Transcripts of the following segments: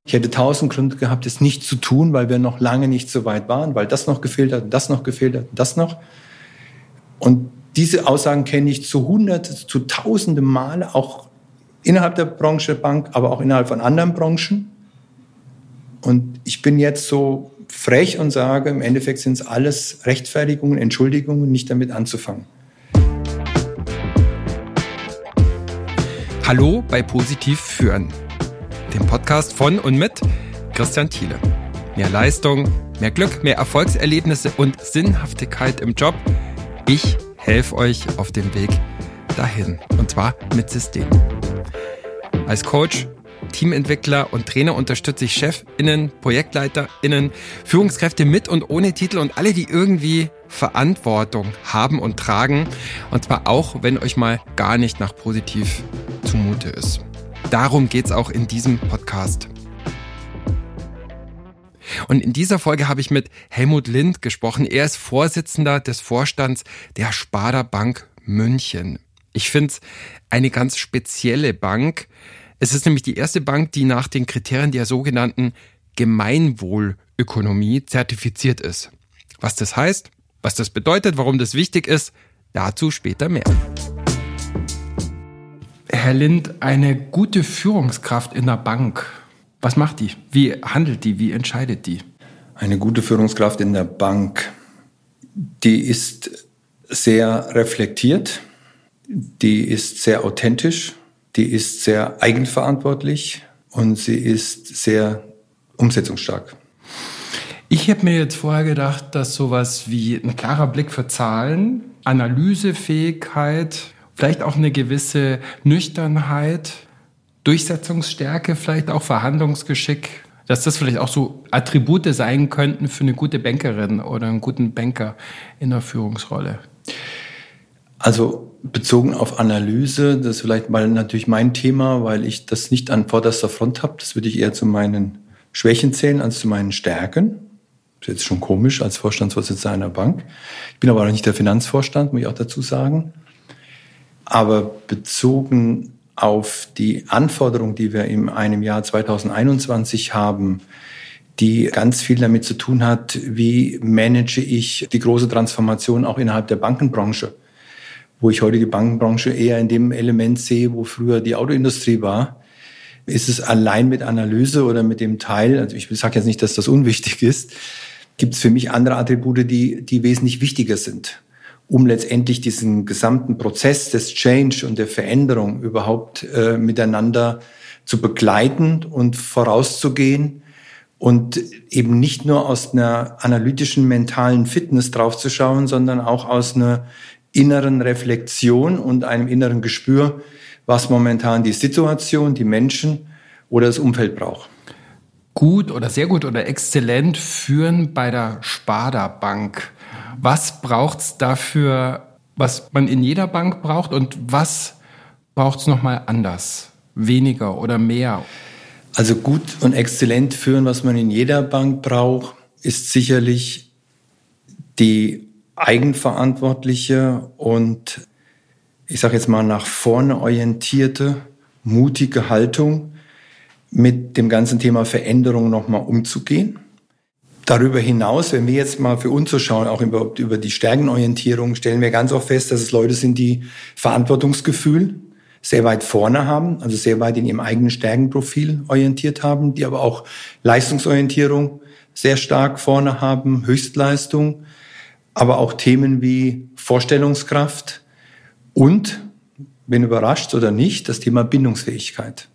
Ich hätte 1000 Gründe gehabt, es nicht zu tun, weil wir noch lange nicht so weit waren, weil das noch gefehlt hat, das noch gefehlt hat, das noch. Und diese Aussagen kenne ich zu Hunderte, zu Tausende Male, auch innerhalb der Branche Bank, aber auch innerhalb von anderen Branchen. Und ich bin jetzt so frech und sage, im Endeffekt sind es alles Rechtfertigungen, Entschuldigungen, nicht damit anzufangen. Hallo bei Positiv Führen, dem Podcast von und mit Christian Thiele. Mehr Leistung, mehr Glück, mehr Erfolgserlebnisse und Sinnhaftigkeit im Job. Ich helfe euch auf dem Weg dahin, und zwar mit System. Als Coach, Teamentwickler und Trainer unterstütze ich ChefInnen, ProjektleiterInnen, Führungskräfte mit und ohne Titel und alle, die irgendwie Verantwortung haben und tragen. Und zwar auch, wenn euch mal gar nicht nach positiv zumute ist. Darum geht's auch in diesem Podcast. Und in dieser Folge habe ich mit Helmut Lind gesprochen. Er ist Vorsitzender des Vorstands der Sparda Bank München. Ich finde es eine ganz spezielle Bank. Es ist nämlich die erste Bank, die nach den Kriterien der sogenannten Gemeinwohlökonomie zertifiziert ist. Was das heißt, was das bedeutet, warum das wichtig ist, dazu später mehr. Herr Lind, eine gute Führungskraft in der Bank, was macht die? Wie handelt die? Wie entscheidet die? Eine gute Führungskraft in der Bank, die ist sehr reflektiert, die ist sehr authentisch, die ist sehr eigenverantwortlich und sie ist sehr umsetzungsstark. Ich habe mir jetzt vorher gedacht, dass sowas wie ein klarer Blick für Zahlen, Analysefähigkeit, vielleicht auch eine gewisse Nüchternheit, Durchsetzungsstärke, vielleicht auch Verhandlungsgeschick, dass das vielleicht auch so Attribute sein könnten für eine gute Bankerin oder einen guten Banker in der Führungsrolle. Also bezogen auf Analyse, das ist vielleicht mal natürlich mein Thema, weil ich das nicht an vorderster Front habe. Das würde ich eher zu meinen Schwächen zählen als zu meinen Stärken. Das ist jetzt schon komisch als Vorstandsvorsitzender einer Bank. Ich bin aber auch nicht der Finanzvorstand, muss ich auch dazu sagen. Aber bezogen auf die Anforderungen, die wir in einem Jahr 2021 haben, die ganz viel damit zu tun hat, wie manage ich die große Transformation auch innerhalb der Bankenbranche, wo ich heute die Bankenbranche eher in dem Element sehe, wo früher die Autoindustrie war, ist es allein mit Analyse oder mit dem Teil, also ich sage jetzt nicht, dass das unwichtig ist, gibt es für mich andere Attribute, die wesentlich wichtiger sind, um letztendlich diesen gesamten Prozess des Change und der Veränderung überhaupt miteinander zu begleiten und vorauszugehen und eben nicht nur aus einer analytischen, mentalen Fitness draufzuschauen, sondern auch aus einer inneren Reflexion und einem inneren Gespür, was momentan die Situation, die Menschen oder das Umfeld braucht. Gut oder sehr gut oder exzellent führen bei der Sparda Bank. Was braucht es dafür, was man in jeder Bank braucht, und was braucht es nochmal anders? Weniger oder mehr? Also gut und exzellent führen, was man in jeder Bank braucht, ist sicherlich die eigenverantwortliche und, ich sage jetzt mal, nach vorne orientierte, mutige Haltung, mit dem ganzen Thema Veränderung nochmal umzugehen. Darüber hinaus, wenn wir jetzt mal für uns so schauen, auch über die Stärkenorientierung, stellen wir ganz oft fest, dass es Leute sind, die Verantwortungsgefühl sehr weit vorne haben, also sehr weit in ihrem eigenen Stärkenprofil orientiert haben, die aber auch Leistungsorientierung sehr stark vorne haben, Höchstleistung, aber auch Themen wie Vorstellungskraft und, wenn überrascht oder nicht, das Thema Bindungsfähigkeit.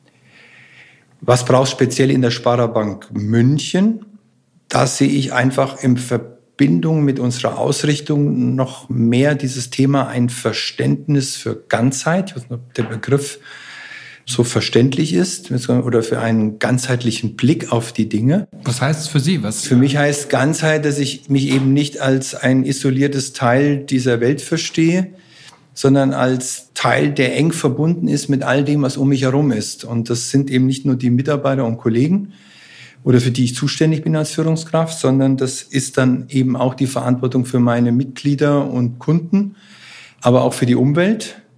Was braucht speziell in der Sparda Bank München? Da sehe ich einfach in Verbindung mit unserer Ausrichtung noch mehr dieses Thema ein Verständnis für Ganzheit, ich weiß nicht, ob der Begriff so verständlich ist, oder für einen ganzheitlichen Blick auf die Dinge. Was heißt es für Sie? Für mich heißt Ganzheit, dass ich mich eben nicht als ein isoliertes Teil dieser Welt verstehe, sondern als Teil, der eng verbunden ist mit all dem, was um mich herum ist. Und das sind eben nicht nur die Mitarbeiter und Kollegen oder für die ich zuständig bin als Führungskraft, sondern das ist dann eben auch die Verantwortung für meine Mitglieder und Kunden, aber auch für die Umwelt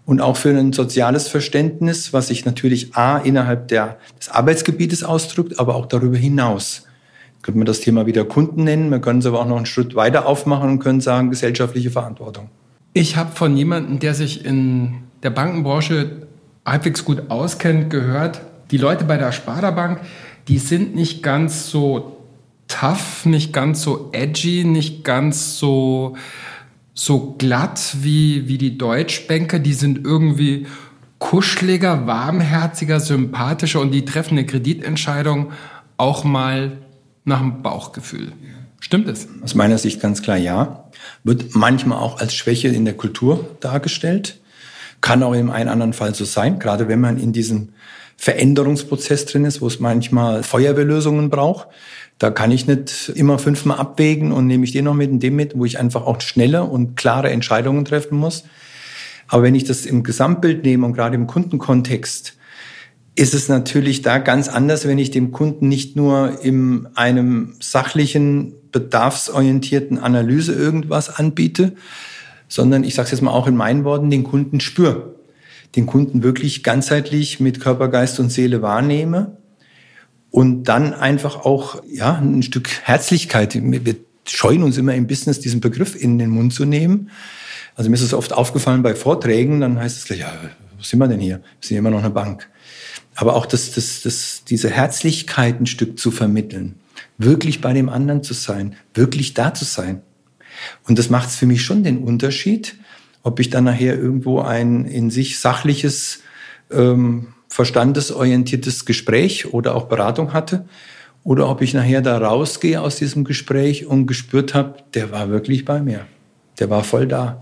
und auch für ein soziales Verständnis, was sich natürlich innerhalb des Arbeitsgebietes ausdrückt, aber auch darüber hinaus. Könnte man das Thema wieder Kunden nennen, man könnte es aber auch noch einen Schritt weiter aufmachen und können sagen, gesellschaftliche Verantwortung. Ich habe von jemandem, der sich in der Bankenbranche halbwegs gut auskennt, gehört, die Leute bei der Sparda Bank, die sind nicht ganz so tough, nicht ganz so edgy, nicht ganz so glatt wie die Deutschbanker. Die sind irgendwie kuscheliger, warmherziger, sympathischer und die treffen eine Kreditentscheidung auch mal nach dem Bauchgefühl. Stimmt es? Aus meiner Sicht ganz klar ja. Wird manchmal auch als Schwäche in der Kultur dargestellt. Kann auch in einem anderen Fall so sein, gerade wenn man in diesem Veränderungsprozess drin ist, wo es manchmal Feuerwehrlösungen braucht. Da kann ich nicht immer 5-mal abwägen und nehme ich den noch mit und den mit, wo ich einfach auch schnelle und klare Entscheidungen treffen muss. Aber wenn ich das im Gesamtbild nehme und gerade im Kundenkontext, ist es natürlich da ganz anders, wenn ich dem Kunden nicht nur in einem sachlichen, bedarfsorientierten Analyse irgendwas anbiete, sondern ich sage es jetzt mal auch in meinen Worten, den Kunden spüre. Den Kunden wirklich ganzheitlich mit Körper, Geist und Seele wahrnehme und dann einfach auch ein Stück Herzlichkeit. Wir scheuen uns immer im Business, diesen Begriff in den Mund zu nehmen. Also mir ist es oft aufgefallen bei Vorträgen, dann heißt es gleich, ja, wo sind wir denn hier? Wir sind immer noch eine Bank. Aber auch diese Herzlichkeit ein Stück zu vermitteln, wirklich bei dem anderen zu sein, wirklich da zu sein. Und das macht es für mich schon den Unterschied, ob ich dann nachher irgendwo ein in sich sachliches, verstandesorientiertes Gespräch oder auch Beratung hatte oder ob ich nachher da rausgehe aus diesem Gespräch und gespürt habe, der war wirklich bei mir. Der war voll da.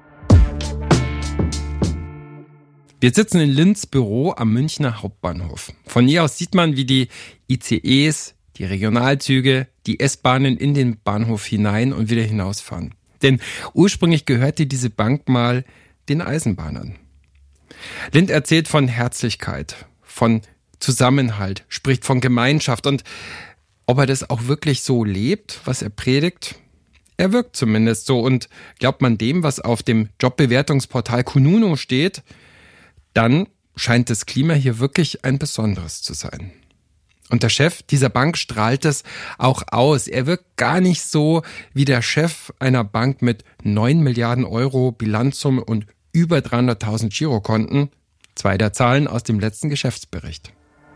Wir sitzen in Linds Büro am Münchner Hauptbahnhof. Von hier aus sieht man, wie die ICEs, die Regionalzüge, die S-Bahnen in den Bahnhof hinein und wieder hinausfahren. Denn ursprünglich gehörte diese Bank mal den Eisenbahnern. Lind erzählt von Herzlichkeit, von Zusammenhalt, spricht von Gemeinschaft. Und ob er das auch wirklich so lebt, was er predigt? Er wirkt zumindest so. Und glaubt man dem, was auf dem Jobbewertungsportal Kununu steht, dann scheint das Klima hier wirklich ein besonderes zu sein. Und der Chef dieser Bank strahlt es auch aus. Er wirkt gar nicht so wie der Chef einer Bank mit 9 Milliarden Euro Bilanzsumme und über 300.000 Girokonten. 2 der Zahlen aus dem letzten Geschäftsbericht.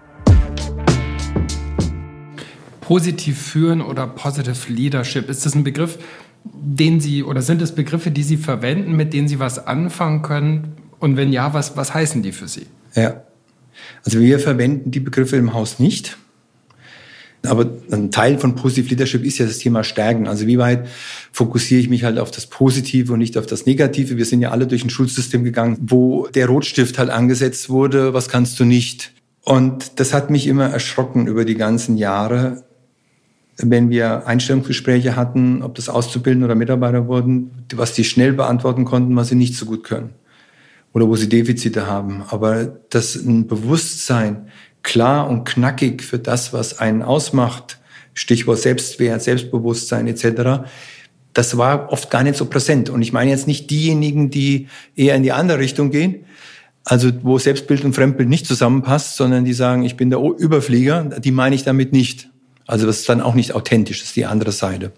Positiv führen oder Positive Leadership, ist das ein Begriff, sind es Begriffe, die Sie verwenden, mit denen Sie was anfangen können? Und wenn ja, was heißen die für Sie? Ja, also wir verwenden die Begriffe im Haus nicht. Aber ein Teil von Positive Leadership ist ja das Thema Stärken. Also wie weit fokussiere ich mich halt auf das Positive und nicht auf das Negative? Wir sind ja alle durch ein Schulsystem gegangen, wo der Rotstift halt angesetzt wurde, was kannst du nicht? Und das hat mich immer erschrocken über die ganzen Jahre, wenn wir Einstellungsgespräche hatten, ob das Auszubildende oder Mitarbeiter wurden, was die schnell beantworten konnten, was sie nicht so gut können. Oder wo sie Defizite haben. Aber das ein Bewusstsein, klar und knackig für das, was einen ausmacht, Stichwort Selbstwert, Selbstbewusstsein etc., das war oft gar nicht so präsent. Und ich meine jetzt nicht diejenigen, die eher in die andere Richtung gehen, also wo Selbstbild und Fremdbild nicht zusammenpasst, sondern die sagen, ich bin der Überflieger, die meine ich damit nicht. Also das ist dann auch nicht authentisch, das ist die andere Seite.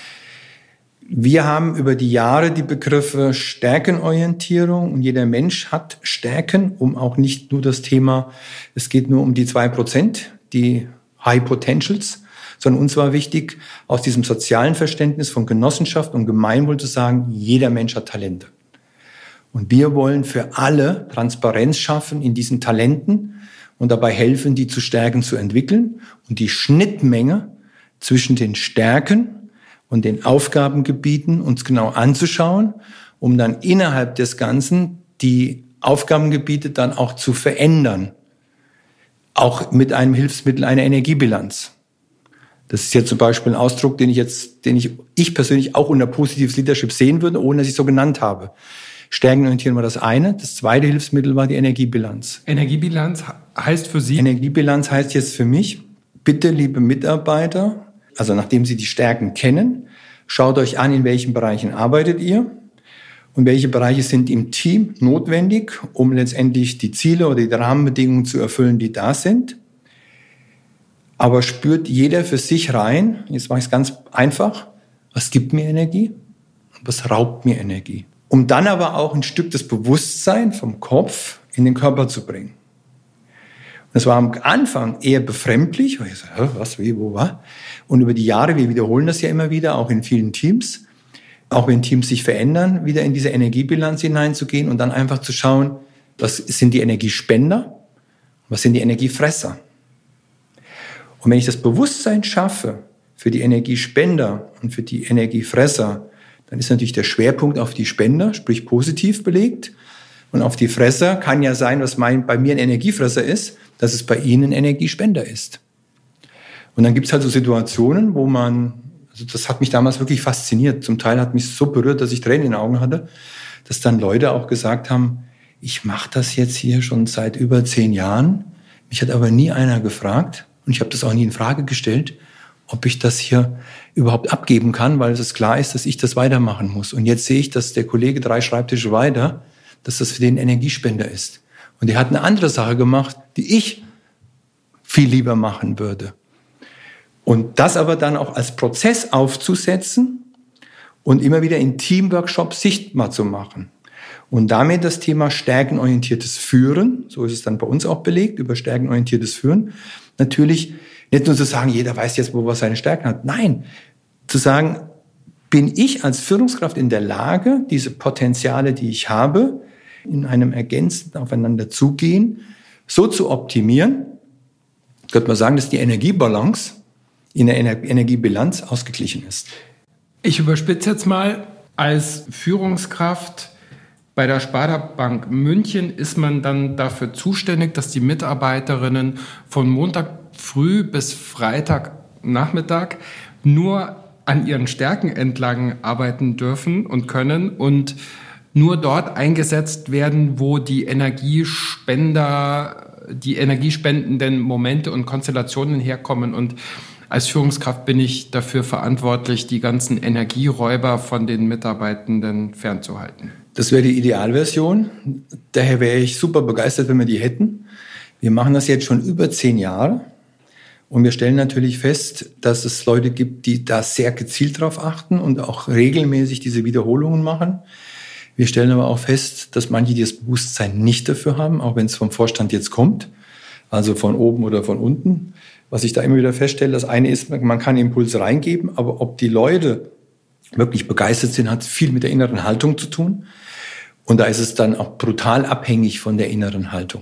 Wir haben über die Jahre die Begriffe Stärkenorientierung und jeder Mensch hat Stärken, um auch nicht nur das Thema, es geht nur um die 2%, die High Potentials, sondern uns war wichtig, aus diesem sozialen Verständnis von Genossenschaft und Gemeinwohl zu sagen, jeder Mensch hat Talente. Und wir wollen für alle Transparenz schaffen in diesen Talenten und dabei helfen, die zu Stärken zu entwickeln und die Schnittmenge zwischen den Stärken und den Aufgabengebieten uns genau anzuschauen, um dann innerhalb des Ganzen die Aufgabengebiete dann auch zu verändern. Auch mit einem Hilfsmittel einer Energiebilanz. Das ist jetzt zum Beispiel ein Ausdruck, den ich persönlich auch unter Positives Leadership sehen würde, ohne dass ich es so genannt habe. Stärkenorientieren war das eine. Das zweite Hilfsmittel war die Energiebilanz. Energiebilanz heißt für Sie? Energiebilanz heißt jetzt für mich, bitte, liebe Mitarbeiter, also nachdem Sie die Stärken kennen, schaut euch an, in welchen Bereichen arbeitet ihr und welche Bereiche sind im Team notwendig, um letztendlich die Ziele oder die Rahmenbedingungen zu erfüllen, die da sind. Aber spürt jeder für sich rein, jetzt mache ich es ganz einfach, was gibt mir Energie und was raubt mir Energie. Um dann aber auch ein Stück des Bewusstseins vom Kopf in den Körper zu bringen. Und das war am Anfang eher befremdlich, weil ich so, was, wie, wo, was? Und über die Jahre, wir wiederholen das ja immer wieder, auch in vielen Teams, auch wenn Teams sich verändern, wieder in diese Energiebilanz hineinzugehen und dann einfach zu schauen, was sind die Energiespender, was sind die Energiefresser. Und wenn ich das Bewusstsein schaffe für die Energiespender und für die Energiefresser, dann ist natürlich der Schwerpunkt auf die Spender, sprich positiv belegt. Und auf die Fresser kann ja sein, was bei mir ein Energiefresser ist, dass es bei Ihnen ein Energiespender ist. Und dann gibt es halt so Situationen, wo also das hat mich damals wirklich fasziniert. Zum Teil hat mich so berührt, dass ich Tränen in den Augen hatte, dass dann Leute auch gesagt haben, ich mache das jetzt hier schon seit über 10 Jahren. Mich hat aber nie einer gefragt, und ich habe das auch nie in Frage gestellt, ob ich das hier überhaupt abgeben kann, weil es klar ist, dass ich das weitermachen muss. Und jetzt sehe ich, dass der Kollege 3 Schreibtische weiter, dass das für den Energiespender ist. Und er hat eine andere Sache gemacht, die ich viel lieber machen würde. Und das aber dann auch als Prozess aufzusetzen und immer wieder in Teamworkshops sichtbar zu machen. Und damit das Thema stärkenorientiertes Führen, so ist es dann bei uns auch belegt, über stärkenorientiertes Führen, natürlich nicht nur zu sagen, jeder weiß jetzt, wo er seine Stärken hat. Nein, zu sagen, bin ich als Führungskraft in der Lage, diese Potenziale, die ich habe, in einem ergänzend aufeinander zugehen, so zu optimieren, könnte man sagen, dass die Energiebalance in der Energiebilanz ausgeglichen ist. Ich überspitze jetzt mal, als Führungskraft bei der Sparda-Bank München ist man dann dafür zuständig, dass die Mitarbeiterinnen von Montag früh bis Freitagnachmittag nur an ihren Stärken entlang arbeiten dürfen und können und nur dort eingesetzt werden, wo die energiespendenden Momente und Konstellationen herkommen. Und als Führungskraft bin ich dafür verantwortlich, die ganzen Energieräuber von den Mitarbeitenden fernzuhalten. Das wäre die Idealversion. Daher wäre ich super begeistert, wenn wir die hätten. Wir machen das jetzt schon über 10 Jahre. Und wir stellen natürlich fest, dass es Leute gibt, die da sehr gezielt drauf achten und auch regelmäßig diese Wiederholungen machen. Wir stellen aber auch fest, dass manche das Bewusstsein nicht dafür haben, auch wenn es vom Vorstand jetzt kommt, also von oben oder von unten. Was ich da immer wieder feststelle, das eine ist, man kann Impulse reingeben, aber ob die Leute wirklich begeistert sind, hat viel mit der inneren Haltung zu tun. Und da ist es dann auch brutal abhängig von der inneren Haltung.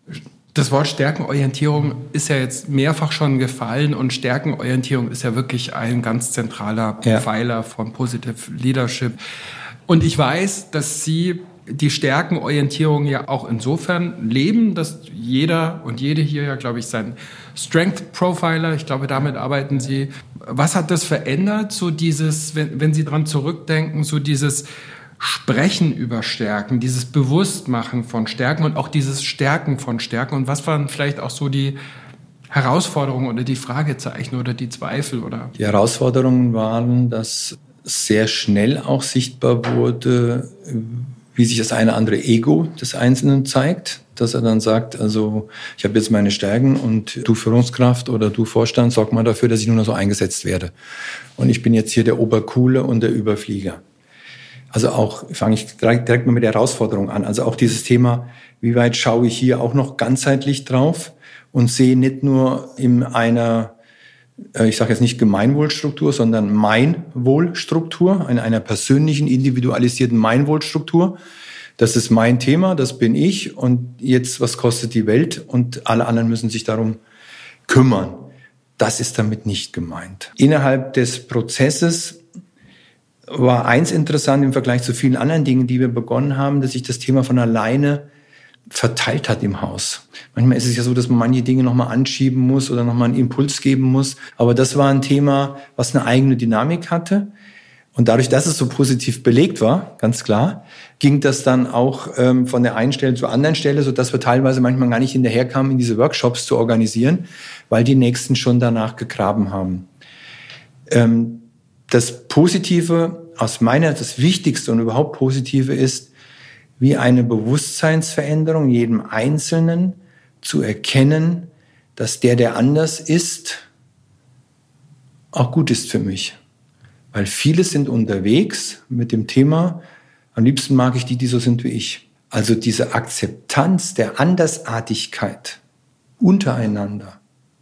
Das Wort Stärkenorientierung ist ja jetzt mehrfach schon gefallen und Stärkenorientierung ist ja wirklich ein ganz zentraler Pfeiler von Positive Leadership. Und ich weiß, dass Sie die Stärkenorientierung ja auch insofern leben, dass jeder und jede hier ja, glaube ich, sein Strength Profiler, ich glaube, damit arbeiten Sie. Was hat das verändert, so dieses, wenn Sie dran zurückdenken, so dieses Sprechen über Stärken, dieses Bewusstmachen von Stärken und auch dieses Stärken von Stärken? Und was waren vielleicht auch so die Herausforderungen oder die Fragezeichen oder die Zweifel? Oder? Die Herausforderungen waren, dass sehr schnell auch sichtbar wurde, wie sich das eine oder andere Ego des Einzelnen zeigt, dass er dann sagt, also ich habe jetzt meine Stärken und du Führungskraft oder du Vorstand, sorg mal dafür, dass ich nur noch so eingesetzt werde. Und ich bin jetzt hier der Obercoole und der Überflieger. Also auch, fange ich direkt mal mit der Herausforderung an, also auch dieses Thema, wie weit schaue ich hier auch noch ganzheitlich drauf und sehe nicht nur in einer, ich sage jetzt nicht Gemeinwohlstruktur, sondern Meinwohlstruktur, in einer persönlichen, individualisierten Meinwohlstruktur. Das ist mein Thema, das bin ich und jetzt, was kostet die Welt und alle anderen müssen sich darum kümmern. Das ist damit nicht gemeint. Innerhalb des Prozesses war eins interessant im Vergleich zu vielen anderen Dingen, die wir begonnen haben, dass sich das Thema von alleine verteilt hat im Haus. Manchmal ist es ja so, dass man manche Dinge nochmal anschieben muss oder nochmal einen Impuls geben muss. Aber das war ein Thema, was eine eigene Dynamik hatte. Und dadurch, dass es so positiv belegt war, ganz klar, ging das dann auch von der einen Stelle zur anderen Stelle, sodass wir teilweise manchmal gar nicht hinterherkamen, in diese Workshops zu organisieren, weil die Nächsten schon danach gegraben haben. das Positive aus meiner, das Wichtigste und überhaupt Positive ist, wie eine Bewusstseinsveränderung jedem Einzelnen zu erkennen, dass der anders ist, auch gut ist für mich. Weil viele sind unterwegs mit dem Thema, am liebsten mag ich die so sind wie ich. Also diese Akzeptanz der Andersartigkeit untereinander,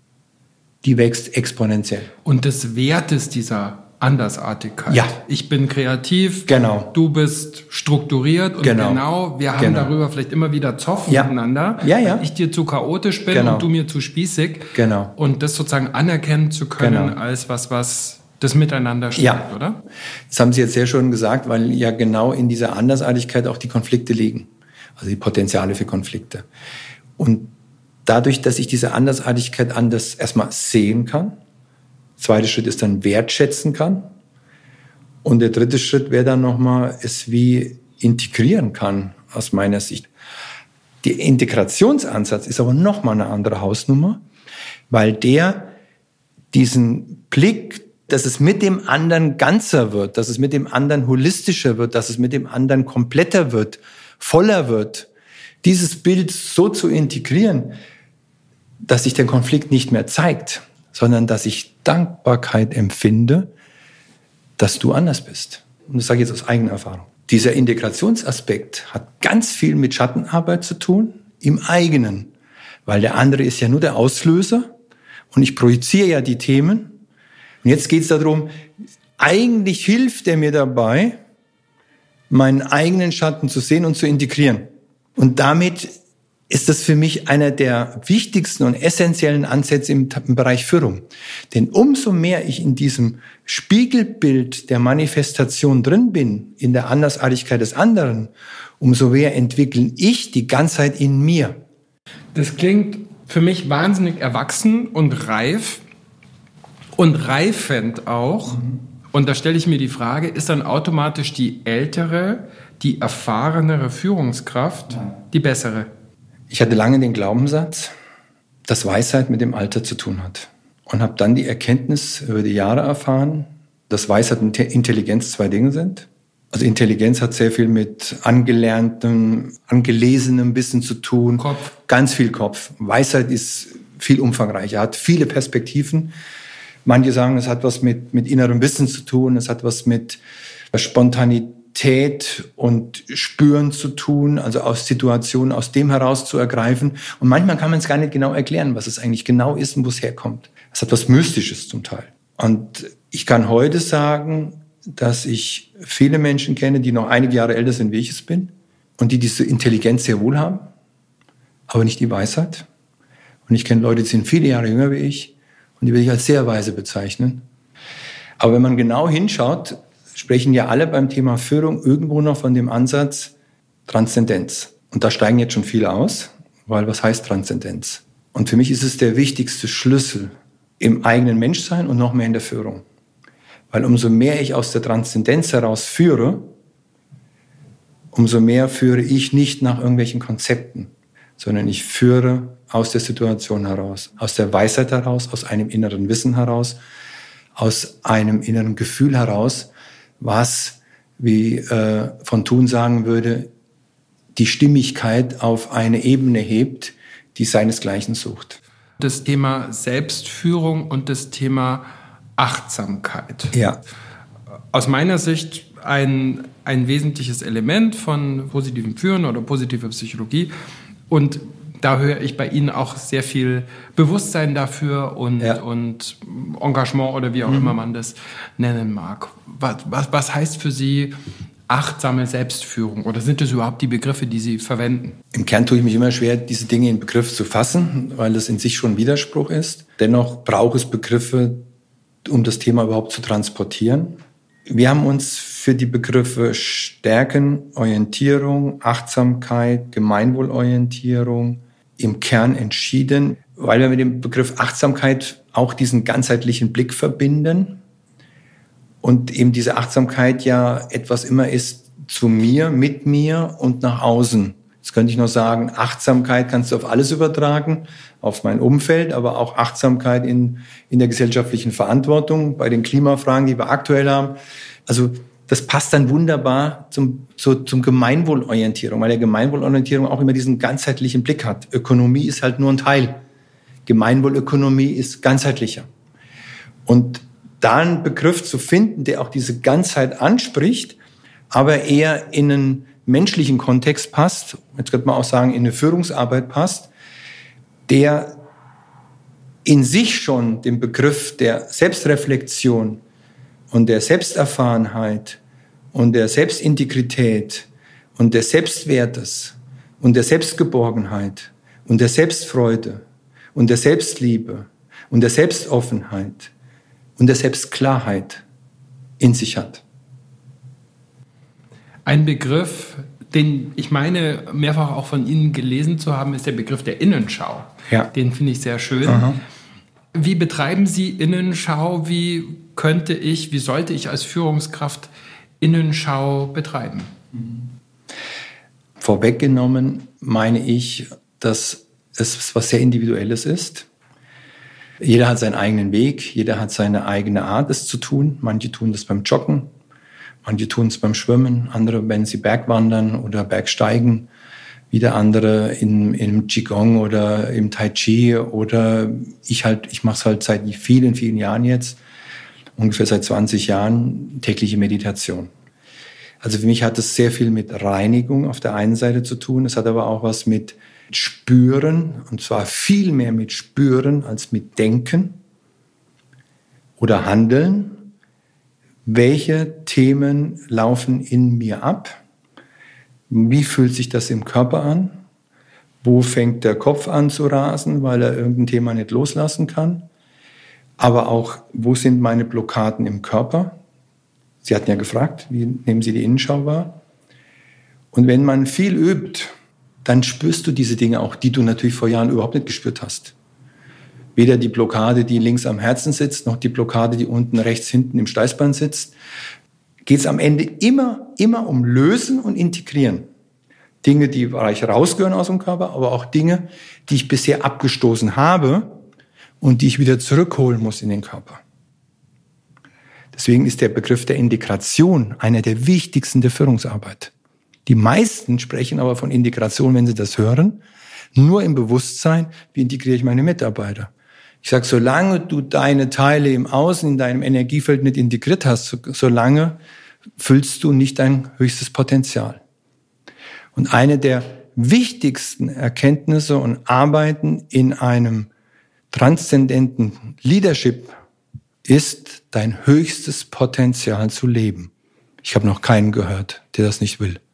die wächst exponentiell. Und des Wertes dieser Andersartigkeit. Ja. Ich bin kreativ, genau. Du bist strukturiert und genau wir haben darüber vielleicht immer wieder Zoff miteinander, weil ich dir zu chaotisch bin und du mir zu spießig. Genau. Und das sozusagen anerkennen zu können als was das Miteinander stärkt, oder? Das haben Sie jetzt sehr schön gesagt, weil ja genau in dieser Andersartigkeit auch die Konflikte liegen. Also die Potenziale für Konflikte. Und dadurch, dass ich diese Andersartigkeit anders erstmal sehen kann, zweiter Schritt ist dann wertschätzen kann. Und der dritte Schritt wäre dann nochmal, es wie integrieren kann, aus meiner Sicht. Der Integrationsansatz ist aber nochmal eine andere Hausnummer, weil der diesen Blick, dass es mit dem anderen ganzer wird, dass es mit dem anderen holistischer wird, dass es mit dem anderen kompletter wird, voller wird, dieses Bild so zu integrieren, dass sich der Konflikt nicht mehr zeigt, sondern dass ich Dankbarkeit empfinde, dass du anders bist. Und das sage ich jetzt aus eigener Erfahrung. Dieser Integrationsaspekt hat ganz viel mit Schattenarbeit zu tun, im eigenen, weil der andere ist ja nur der Auslöser und ich projiziere ja die Themen. Und jetzt geht es darum, eigentlich hilft er mir dabei, meinen eigenen Schatten zu sehen und zu integrieren. Und damit ist das für mich einer der wichtigsten und essentiellen Ansätze im Bereich Führung. Denn umso mehr ich in diesem Spiegelbild der Manifestation drin bin, in der Andersartigkeit des anderen, umso mehr entwickle ich die Ganzheit in mir. Das klingt für mich wahnsinnig erwachsen und reif und reifend auch. Und da stelle ich mir die Frage, ist dann automatisch die ältere, die erfahrenere Führungskraft die bessere? Ich hatte lange den Glaubenssatz, dass Weisheit mit dem Alter zu tun hat. Und habe dann die Erkenntnis über die Jahre erfahren, dass Weisheit und Intelligenz zwei Dinge sind. Also Intelligenz hat sehr viel mit angelerntem, angelesenem Wissen zu tun. Kopf. Ganz viel Kopf. Weisheit ist viel umfangreicher, hat viele Perspektiven. Manche sagen, es hat was mit innerem Wissen zu tun, es hat was mit Spontanität und Spüren zu tun, also aus Situationen, aus dem heraus zu ergreifen. Und manchmal kann man es gar nicht genau erklären, was es eigentlich genau ist und wo es herkommt. Es hat was Mystisches zum Teil. Und ich kann heute sagen, dass ich viele Menschen kenne, die noch einige Jahre älter sind, wie ich es bin, und die diese Intelligenz sehr wohl haben, aber nicht die Weisheit. Und ich kenne Leute, die sind viele Jahre jünger wie ich, und die will ich als sehr weise bezeichnen. Aber wenn man genau hinschaut, sprechen ja alle beim Thema Führung irgendwo noch von dem Ansatz Transzendenz. Und da steigen jetzt schon viele aus, weil was heißt Transzendenz? Und für mich ist es der wichtigste Schlüssel im eigenen Menschsein und noch mehr in der Führung. Weil umso mehr ich aus der Transzendenz heraus führe, umso mehr führe ich nicht nach irgendwelchen Konzepten, sondern ich führe aus der Situation heraus, aus der Weisheit heraus, aus einem inneren Wissen heraus, aus einem inneren Gefühl heraus, was, wie von Thun sagen würde, die Stimmigkeit auf eine Ebene hebt, die seinesgleichen sucht. Das Thema Selbstführung und das Thema Achtsamkeit. Ja. Aus meiner Sicht ein wesentliches Element von positivem Führen oder positiver Psychologie. Und da höre ich bei Ihnen auch sehr viel Bewusstsein dafür und Engagement oder wie auch immer man das nennen mag. Was heißt für Sie achtsame Selbstführung? Oder sind das überhaupt die Begriffe, die Sie verwenden? Im Kern tue ich mich immer schwer, diese Dinge in Begriff zu fassen, weil das in sich schon ein Widerspruch ist. Dennoch braucht es Begriffe, um das Thema überhaupt zu transportieren. Wir haben uns für die Begriffe Stärken, Orientierung, Achtsamkeit, Gemeinwohlorientierung im Kern entschieden, weil wir mit dem Begriff Achtsamkeit auch diesen ganzheitlichen Blick verbinden und eben diese Achtsamkeit ja etwas immer ist zu mir, mit mir und nach außen Jetzt könnte ich noch sagen, Achtsamkeit kannst du auf alles übertragen, auf mein Umfeld, aber auch Achtsamkeit in der gesellschaftlichen Verantwortung, bei den Klimafragen, die wir aktuell haben. Also das passt dann wunderbar zum Gemeinwohlorientierung, weil der Gemeinwohlorientierung auch immer diesen ganzheitlichen Blick hat. Ökonomie ist halt nur ein Teil. Gemeinwohlökonomie ist ganzheitlicher. Und da einen Begriff zu finden, der auch diese Ganzheit anspricht, aber eher in einen menschlichen Kontext passt, jetzt könnte man auch sagen, in eine Führungsarbeit passt, der in sich schon den Begriff der Selbstreflexion und der Selbsterfahrenheit und der Selbstintegrität und des Selbstwertes und der Selbstgeborgenheit und der Selbstfreude und der Selbstliebe und der Selbstoffenheit und der Selbstklarheit in sich hat. Ein Begriff, den ich meine, mehrfach auch von Ihnen gelesen zu haben, ist der Begriff der Innenschau. Ja. Den finde ich sehr schön. Aha. Wie betreiben Sie Innenschau? Wie sollte ich als Führungskraft Innenschau betreiben? Vorweggenommen meine ich, dass es was sehr Individuelles ist. Jeder hat seinen eigenen Weg, jeder hat seine eigene Art, es zu tun. Manche tun das beim Joggen, manche tun es beim Schwimmen, andere, wenn sie Bergwandern oder Bergsteigen, wieder andere im Qigong oder im Tai Chi oder ich mache es halt seit vielen, vielen Jahren jetzt, ungefähr seit 20 Jahren, tägliche Meditation. Also für mich hat es sehr viel mit Reinigung auf der einen Seite zu tun, es hat aber auch was mit Spüren, und zwar viel mehr mit Spüren als mit Denken oder Handeln. Welche Themen laufen in mir ab? Wie fühlt sich das im Körper an? Wo fängt der Kopf an zu rasen, weil er irgendein Thema nicht loslassen kann? Aber auch, wo sind meine Blockaden im Körper? Sie hatten ja gefragt, wie nehmen Sie die Innenschau wahr? Und wenn man viel übt, dann spürst du diese Dinge auch, die du natürlich vor Jahren überhaupt nicht gespürt hast. Weder die Blockade, die links am Herzen sitzt, noch die Blockade, die unten rechts hinten im Steißbein sitzt. Geht es am Ende immer um Lösen und Integrieren. Dinge, die rausgehören aus dem Körper, aber auch Dinge, die ich bisher abgestoßen habe und die ich wieder zurückholen muss in den Körper. Deswegen ist der Begriff der Integration einer der wichtigsten der Führungsarbeit. Die meisten sprechen aber von Integration, wenn sie das hören, nur im Bewusstsein, wie integriere ich meine Mitarbeiter. Ich sage, solange du deine Teile im Außen, in deinem Energiefeld nicht integriert hast, solange füllst du nicht dein höchstes Potenzial. Und eine der wichtigsten Erkenntnisse und Arbeiten in einem transzendenten Leadership ist, dein höchstes Potenzial zu leben. Ich habe noch keinen gehört, der das nicht will.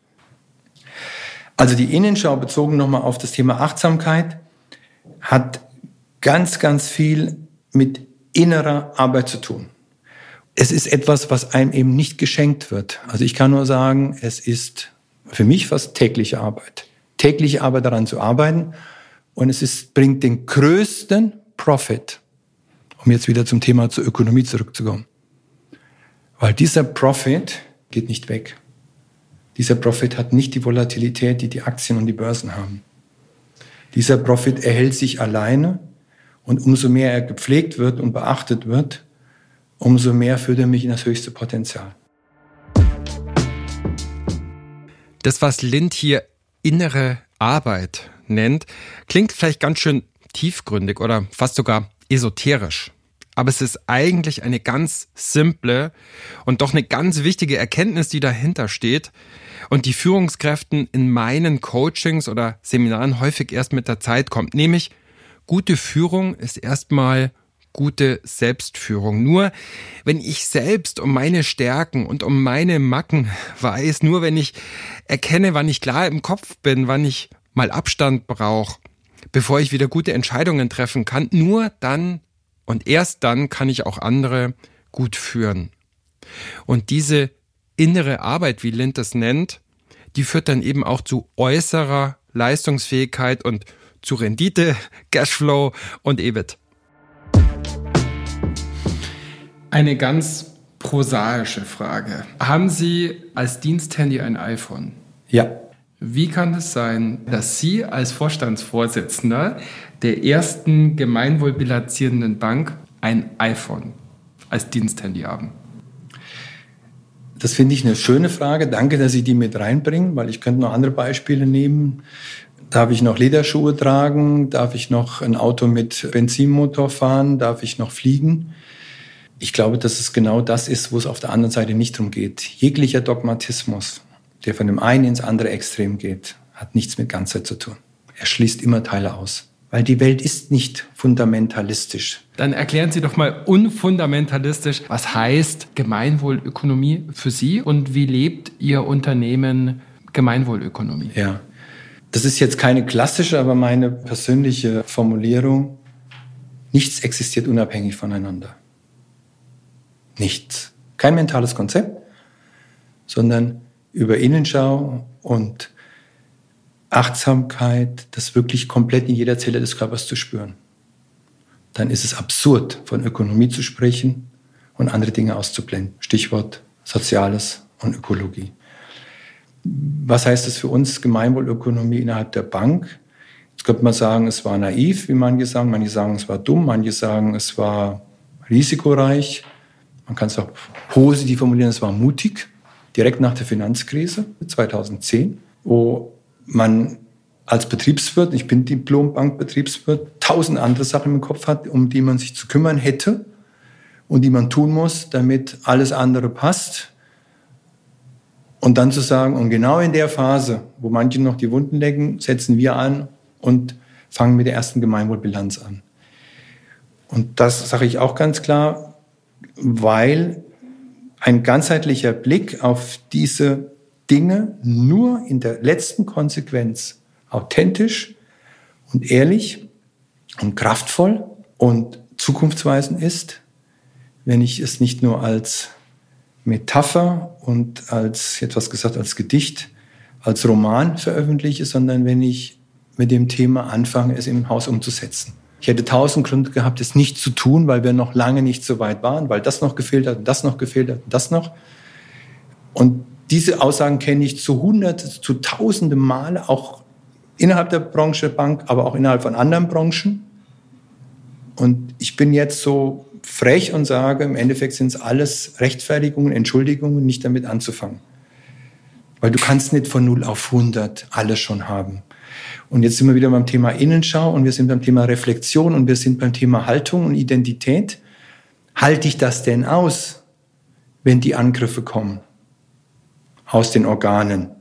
Also die Innenschau, bezogen nochmal auf das Thema Achtsamkeit, hat ganz, ganz viel mit innerer Arbeit zu tun. Es ist etwas, was einem eben nicht geschenkt wird. Also ich kann nur sagen, es ist für mich fast tägliche Arbeit. Tägliche Arbeit daran zu arbeiten. Und bringt den größten Profit, um jetzt wieder zum Thema zur Ökonomie zurückzukommen. Weil dieser Profit geht nicht weg. Dieser Profit hat nicht die Volatilität, die die Aktien und die Börsen haben. Dieser Profit erhält sich alleine und umso mehr er gepflegt wird und beachtet wird, umso mehr führt er mich in das höchste Potenzial. Das, was Lind hier innere Arbeit nennt, klingt vielleicht ganz schön tiefgründig oder fast sogar esoterisch. Aber es ist eigentlich eine ganz simple und doch eine ganz wichtige Erkenntnis, die dahinter steht und die Führungskräften in meinen Coachings oder Seminaren häufig erst mit der Zeit kommt. Nämlich, gute Führung ist erstmal gute Selbstführung. Nur wenn ich selbst um meine Stärken und um meine Macken weiß, nur wenn ich erkenne, wann ich klar im Kopf bin, wann ich mal Abstand brauche, bevor ich wieder gute Entscheidungen treffen kann, nur dann und erst dann kann ich auch andere gut führen. Und diese innere Arbeit, wie Lind das nennt, die führt dann eben auch zu äußerer Leistungsfähigkeit und zu Rendite, Cashflow und EBIT. Eine ganz prosaische Frage. Haben Sie als Diensthandy ein iPhone? Ja. Wie kann es sein, dass Sie als Vorstandsvorsitzender der ersten gemeinwohlbilanzierenden Bank ein iPhone als Diensthandy haben? Das finde ich eine schöne Frage. Danke, dass Sie die mit reinbringen, weil ich könnte noch andere Beispiele nehmen. Darf ich noch Lederschuhe tragen? Darf ich noch ein Auto mit Benzinmotor fahren? Darf ich noch fliegen? Ich glaube, dass es genau das ist, wo es auf der anderen Seite nicht drum geht. Jeglicher Dogmatismus, der von dem einen ins andere Extrem geht, hat nichts mit Ganzheit zu tun. Er schließt immer Teile aus. Weil die Welt ist nicht fundamentalistisch. Dann erklären Sie doch mal unfundamentalistisch, was heißt Gemeinwohlökonomie für Sie und wie lebt Ihr Unternehmen Gemeinwohlökonomie? Ja, das ist jetzt keine klassische, aber meine persönliche Formulierung. Nichts existiert unabhängig voneinander. Nichts. Kein mentales Konzept, sondern über Innenschau und Achtsamkeit, das wirklich komplett in jeder Zelle des Körpers zu spüren. Dann ist es absurd, von Ökonomie zu sprechen und andere Dinge auszublenden. Stichwort Soziales und Ökologie. Was heißt das für uns, Gemeinwohlökonomie innerhalb der Bank? Jetzt könnte man sagen, es war naiv, wie manche sagen es war dumm, manche sagen, es war risikoreich. Man kann es auch positiv formulieren, es war mutig, direkt nach der Finanzkrise 2010, wo man als Betriebswirt, ich bin Diplom-Bankbetriebswirt, 1000 andere Sachen im Kopf hat, um die man sich zu kümmern hätte und die man tun muss, damit alles andere passt. Und dann zu sagen, und genau in der Phase, wo manche noch die Wunden lecken, setzen wir an und fangen mit der ersten Gemeinwohlbilanz an. Und das sage ich auch ganz klar, weil ein ganzheitlicher Blick auf diese Dinge nur in der letzten Konsequenz authentisch und ehrlich und kraftvoll und zukunftsweisend ist, wenn ich es nicht nur als Metapher und als Gedicht, als Roman veröffentliche, sondern wenn ich mit dem Thema anfange, es im Haus umzusetzen. Ich hätte 1000 Gründe gehabt, es nicht zu tun, weil wir noch lange nicht so weit waren, weil das noch gefehlt hat und das noch gefehlt hat und das noch. Und diese Aussagen kenne ich zu Hunderte, zu Tausende Male, auch innerhalb der Branche Bank, aber auch innerhalb von anderen Branchen. Und ich bin jetzt so frech und sage, im Endeffekt sind es alles Rechtfertigungen, Entschuldigungen, nicht damit anzufangen. Weil du kannst nicht von 0 auf 100 alles schon haben. Und jetzt sind wir wieder beim Thema Innenschau und wir sind beim Thema Reflexion und wir sind beim Thema Haltung und Identität. Halte ich das denn aus, wenn die Angriffe kommen? Aus den Organen,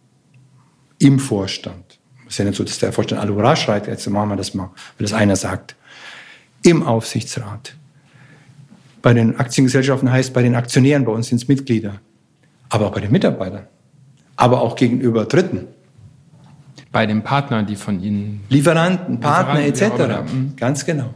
im Vorstand. Es ist ja nicht so, dass der Vorstand alle Hurra schreit, jetzt machen wir das mal, weil das einer sagt. Im Aufsichtsrat. Bei den Aktiengesellschaften heißt, bei den Aktionären, bei uns sind es Mitglieder. Aber auch bei den Mitarbeitern. Aber auch gegenüber Dritten. Bei den Partnern, die von Ihnen... Partner etc. Ganz genau.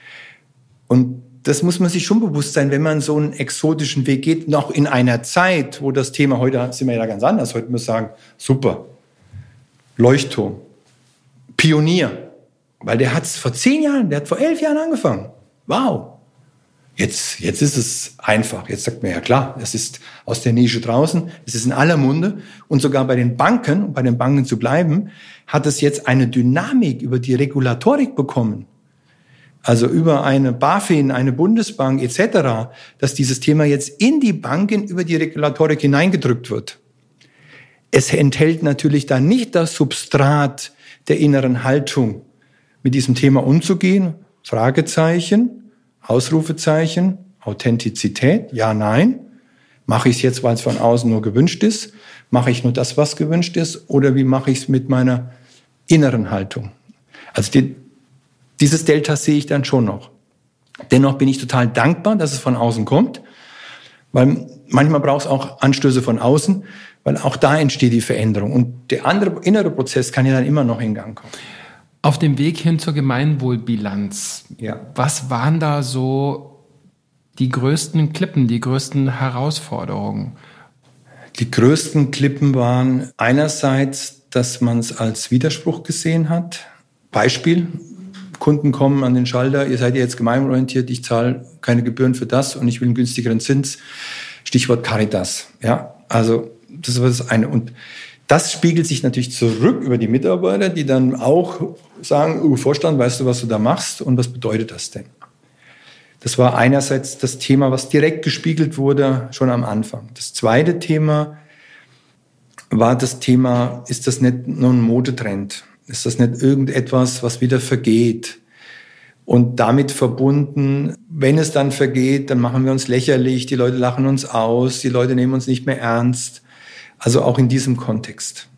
Und das muss man sich schon bewusst sein, wenn man so einen exotischen Weg geht, noch in einer Zeit, wo das Thema, heute sind wir ja ganz anders, heute müssen wir sagen, super, Leuchtturm, Pionier, weil der hat es vor 10 Jahren, der hat vor 11 Jahren angefangen. Wow. Jetzt ist es einfach. Jetzt sagt man, ja klar, das ist aus der Nische draußen, es ist in aller Munde. Und sogar bei den Banken, um bei den Banken zu bleiben, hat es jetzt eine Dynamik über die Regulatorik bekommen. Also über eine BaFin, eine Bundesbank etc., dass dieses Thema jetzt in die Banken über die Regulatorik hineingedrückt wird. Es enthält natürlich dann nicht das Substrat der inneren Haltung, mit diesem Thema umzugehen. Fragezeichen, Ausrufezeichen, Authentizität, ja, nein. Mache ich es jetzt, weil es von außen nur gewünscht ist? Mache ich nur das, was gewünscht ist? Oder wie mache ich es mit meiner inneren Haltung? Also dieses Delta sehe ich dann schon noch. Dennoch bin ich total dankbar, dass es von außen kommt, weil manchmal braucht es auch Anstöße von außen, weil auch da entsteht die Veränderung. Und der andere innere Prozess kann ja dann immer noch in Gang kommen. Auf dem Weg hin zur Gemeinwohlbilanz, ja. Was waren da so die größten Klippen, die größten Herausforderungen? Die größten Klippen waren einerseits, dass man es als Widerspruch gesehen hat. Beispiel, Kunden kommen an den Schalter, ihr seid ja jetzt gemeinwohlorientiert, ich zahle keine Gebühren für das und ich will einen günstigeren Zins. Stichwort Caritas. Ja, also das war das eine. Und Das spiegelt sich natürlich zurück über die Mitarbeiter, die dann auch sagen, Vorstand, weißt du, was du da machst und was bedeutet das denn? Das war einerseits das Thema, was direkt gespiegelt wurde, schon am Anfang. Das zweite Thema war das Thema, ist das nicht nur ein Modetrend? Ist das nicht irgendetwas, was wieder vergeht? Und damit verbunden, wenn es dann vergeht, dann machen wir uns lächerlich, die Leute lachen uns aus, die Leute nehmen uns nicht mehr ernst. Also auch in diesem Kontext.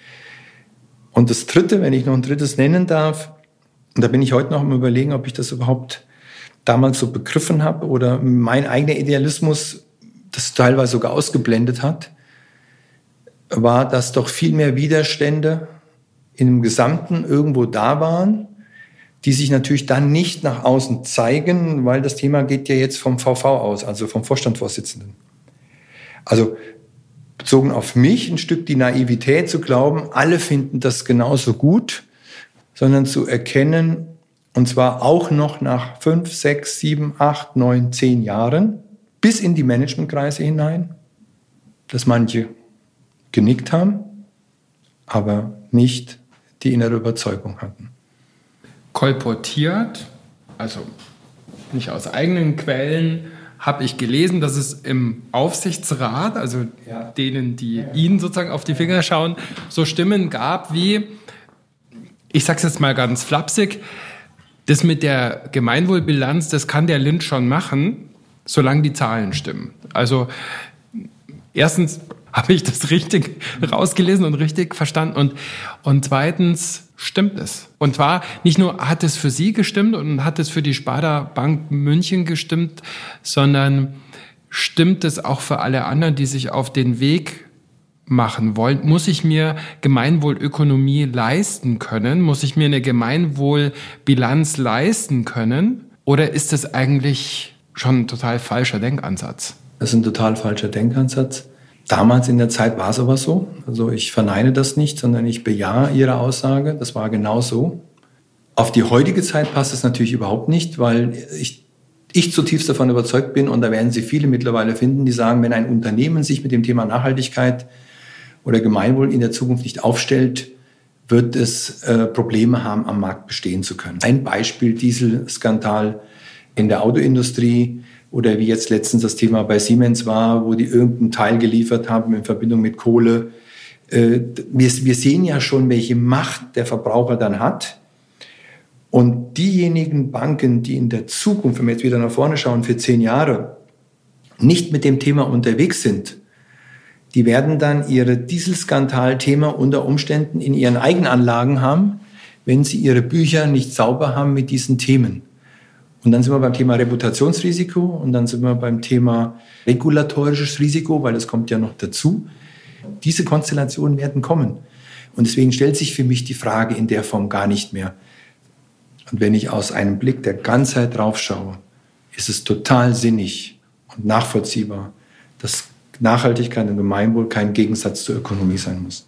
Und das Dritte, wenn ich noch ein drittes nennen darf, und da bin ich heute noch am Überlegen, ob ich das überhaupt damals so begriffen habe oder mein eigener Idealismus das teilweise sogar ausgeblendet hat, war, dass doch viel mehr Widerstände im Gesamten irgendwo da waren, die sich natürlich dann nicht nach außen zeigen, weil das Thema geht ja jetzt vom VV aus, also vom Vorstandsvorsitzenden. Also bezogen auf mich ein Stück die Naivität zu glauben, alle finden das genauso gut, sondern zu erkennen, und zwar auch noch nach 5, 6, 7, 8, 9, 10 Jahren, bis in die Managementkreise hinein, dass manche genickt haben, aber nicht die innere Überzeugung hatten. Kolportiert, also nicht aus eigenen Quellen, habe ich gelesen, dass es im Aufsichtsrat, also denen, die Ihnen sozusagen auf die Finger schauen, so Stimmen gab wie, ich sage es jetzt mal ganz flapsig, das mit der Gemeinwohlbilanz, das kann der Lind schon machen, solange die Zahlen stimmen. Also erstens habe ich das richtig rausgelesen und richtig verstanden und zweitens stimmt es. Und zwar nicht nur hat es für Sie gestimmt und hat es für die Sparda Bank München gestimmt, sondern stimmt es auch für alle anderen, die sich auf den Weg machen wollen. Muss ich mir Gemeinwohlökonomie leisten können? Muss ich mir eine Gemeinwohlbilanz leisten können? Oder ist das eigentlich schon ein total falscher Denkansatz? Das ist ein total falscher Denkansatz. Damals in der Zeit war es aber so. Also ich verneine das nicht, sondern ich bejahe Ihre Aussage. Das war genau so. Auf die heutige Zeit passt es natürlich überhaupt nicht, weil ich zutiefst davon überzeugt bin, und da werden Sie viele mittlerweile finden, die sagen, wenn ein Unternehmen sich mit dem Thema Nachhaltigkeit oder Gemeinwohl in der Zukunft nicht aufstellt, wird es Probleme haben, am Markt bestehen zu können. Ein Beispiel, Dieselskandal in der Autoindustrie oder wie jetzt letztens das Thema bei Siemens war, wo die irgendeinen Teil geliefert haben in Verbindung mit Kohle. Wir sehen ja schon, welche Macht der Verbraucher dann hat. Und diejenigen Banken, die in der Zukunft, wenn wir jetzt wieder nach vorne schauen, für 10 Jahre nicht mit dem Thema unterwegs sind, die werden dann ihre Dieselskandal-Thema unter Umständen in ihren Eigenanlagen haben, wenn sie ihre Bücher nicht sauber haben mit diesen Themen. Und dann sind wir beim Thema Reputationsrisiko und dann sind wir beim Thema regulatorisches Risiko, weil das kommt ja noch dazu. Diese Konstellationen werden kommen. Und deswegen stellt sich für mich die Frage in der Form gar nicht mehr. Und wenn ich aus einem Blick der Ganzheit drauf schaue, ist es total sinnig und nachvollziehbar, dass Nachhaltigkeit und Gemeinwohl kein Gegensatz zur Ökonomie sein muss.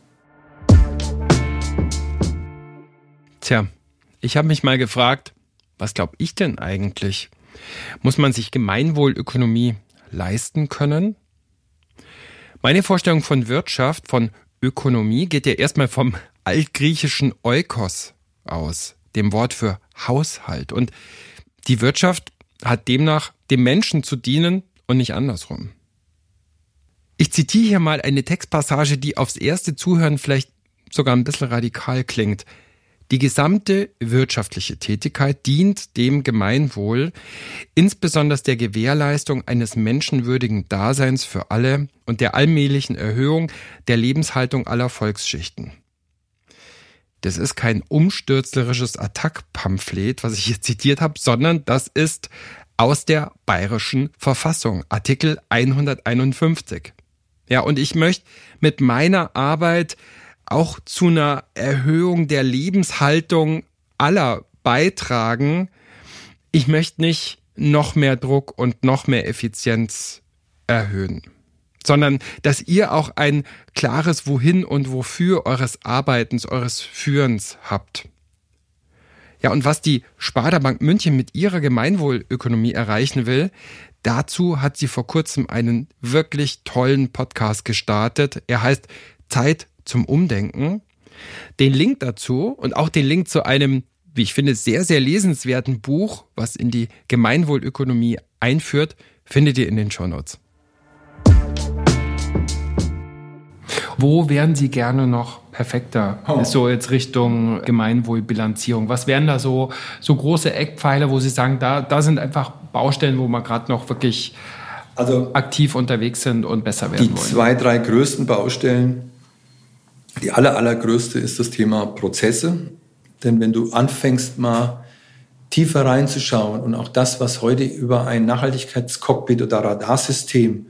Tja, ich habe mich mal gefragt, was glaube ich denn eigentlich? Muss man sich Gemeinwohlökonomie leisten können? Meine Vorstellung von Wirtschaft, von Ökonomie geht ja erstmal vom altgriechischen Oikos aus, dem Wort für Haushalt. Und die Wirtschaft hat demnach dem Menschen zu dienen und nicht andersrum. Ich zitiere hier mal eine Textpassage, die aufs erste Zuhören vielleicht sogar ein bisschen radikal klingt. Die gesamte wirtschaftliche Tätigkeit dient dem Gemeinwohl, insbesondere der Gewährleistung eines menschenwürdigen Daseins für alle und der allmählichen Erhöhung der Lebenshaltung aller Volksschichten. Das ist kein umstürzlerisches Attack-Pamphlet, was ich hier zitiert habe, sondern das ist aus der Bayerischen Verfassung, Artikel 151. Ja, und ich möchte mit meiner Arbeit auch zu einer Erhöhung der Lebenshaltung aller beitragen. Ich möchte nicht noch mehr Druck und noch mehr Effizienz erhöhen, sondern dass ihr auch ein klares Wohin und Wofür eures Arbeitens, eures Führens habt. Ja, und was die Sparda Bank München mit ihrer Gemeinwohlökonomie erreichen will, dazu hat sie vor kurzem einen wirklich tollen Podcast gestartet. Er heißt Zeit zum Umdenken. Den Link dazu und auch den Link zu einem, wie ich finde, sehr, sehr lesenswerten Buch, was in die Gemeinwohlökonomie einführt, findet ihr in den Shownotes. Wo wären Sie gerne noch perfekter? Ist so jetzt Richtung Gemeinwohlbilanzierung. Was wären da so große Eckpfeiler, wo Sie sagen, da sind einfach Baustellen, wo wir gerade noch wirklich aktiv unterwegs sind und besser werden wollen? Die 2, 3 größten Baustellen, die allergrößte ist das Thema Prozesse. Denn wenn du anfängst, mal tiefer reinzuschauen und auch das, was heute über ein Nachhaltigkeitscockpit oder Radarsystem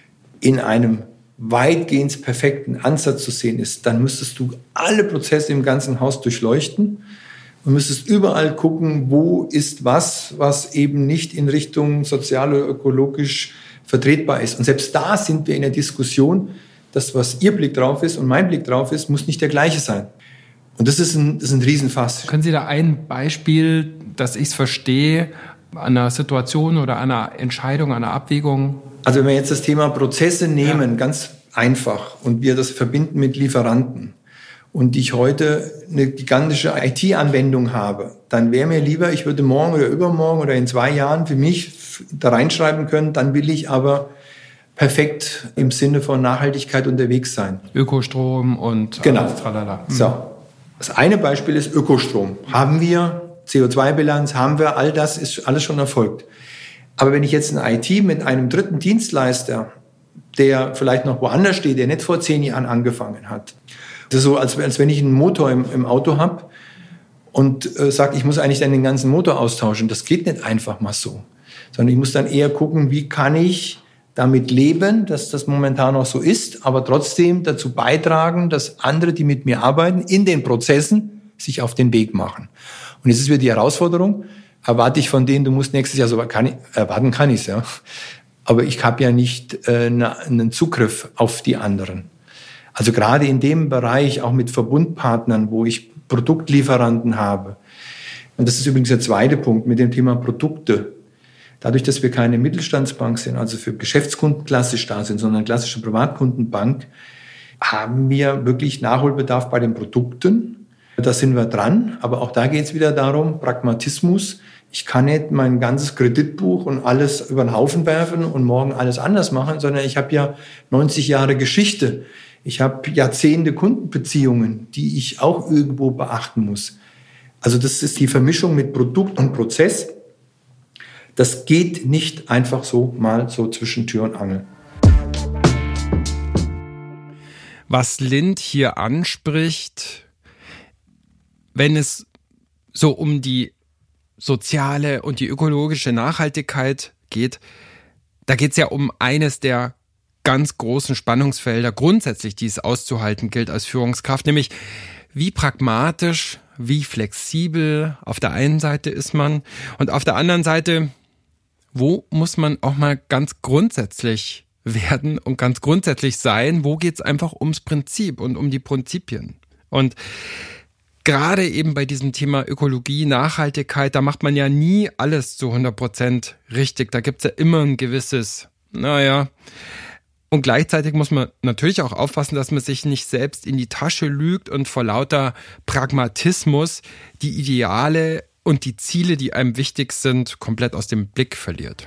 in einem weitgehend perfekten Ansatz zu sehen ist, dann müsstest du alle Prozesse im ganzen Haus durchleuchten und müsstest überall gucken, wo ist was eben nicht in Richtung sozial oder ökologisch vertretbar ist. Und selbst da sind wir in der Diskussion, das, was Ihr Blick drauf ist und mein Blick drauf ist, muss nicht der gleiche sein. Und das ist ein Riesenfass. Können Sie da ein Beispiel, dass ich es verstehe, an einer Situation oder an einer Entscheidung, an einer Abwägung? Also wenn wir jetzt das Thema Prozesse nehmen, ganz einfach, und wir das verbinden mit Lieferanten und ich heute eine gigantische IT-Anwendung habe, dann wäre mir lieber, ich würde morgen oder übermorgen oder in 2 Jahren für mich da reinschreiben können, dann will ich aber perfekt im Sinne von Nachhaltigkeit unterwegs sein. Ökostrom und genau. Alles tralala. So. Das eine Beispiel ist Ökostrom. Haben wir CO2-Bilanz, haben wir, all das ist alles schon erfolgt. Aber wenn ich jetzt ein IT mit einem dritten Dienstleister, der vielleicht noch woanders steht, der nicht vor 10 Jahren angefangen hat, das ist so, als wenn ich einen Motor im Auto habe und sage, ich muss eigentlich dann den ganzen Motor austauschen. Das geht nicht einfach mal so. Sondern ich muss dann eher gucken, wie kann ich damit leben, dass das momentan noch so ist, aber trotzdem dazu beitragen, dass andere, die mit mir arbeiten, in den Prozessen sich auf den Weg machen. Und jetzt ist wieder die Herausforderung, erwarte ich von denen, du musst nächstes Jahr so erwarten kann ich's, ja. Aber ich habe ja nicht einen Zugriff auf die anderen. Also gerade in dem Bereich, auch mit Verbundpartnern, wo ich Produktlieferanten habe. Und das ist übrigens der zweite Punkt mit dem Thema Produkte. Dadurch, dass wir keine Mittelstandsbank sind, also für Geschäftskunden klassisch da sind, sondern eine klassische Privatkundenbank, haben wir wirklich Nachholbedarf bei den Produkten. Da sind wir dran, aber auch da geht es wieder darum, Pragmatismus. Ich kann nicht mein ganzes Kreditbuch und alles über den Haufen werfen und morgen alles anders machen, sondern ich habe ja 90 Jahre Geschichte. Ich habe Jahrzehnte Kundenbeziehungen, die ich auch irgendwo beachten muss. Also das ist die Vermischung mit Produkt und Prozess. Das geht nicht einfach so mal so zwischen Tür und Angel. Was Lind hier anspricht, wenn es so um die soziale und die ökologische Nachhaltigkeit geht, da geht es ja um eines der ganz großen Spannungsfelder grundsätzlich, die es auszuhalten gilt als Führungskraft, nämlich wie pragmatisch, wie flexibel auf der einen Seite ist man und auf der anderen Seite, wo muss man auch mal ganz grundsätzlich werden und ganz grundsätzlich sein, wo geht es einfach ums Prinzip und um die Prinzipien. Und gerade eben bei diesem Thema Ökologie, Nachhaltigkeit, da macht man ja nie alles zu 100% richtig. Da gibt es ja immer ein gewisses, und gleichzeitig muss man natürlich auch aufpassen, dass man sich nicht selbst in die Tasche lügt und vor lauter Pragmatismus die Ideale und die Ziele, die einem wichtig sind, komplett aus dem Blick verliert.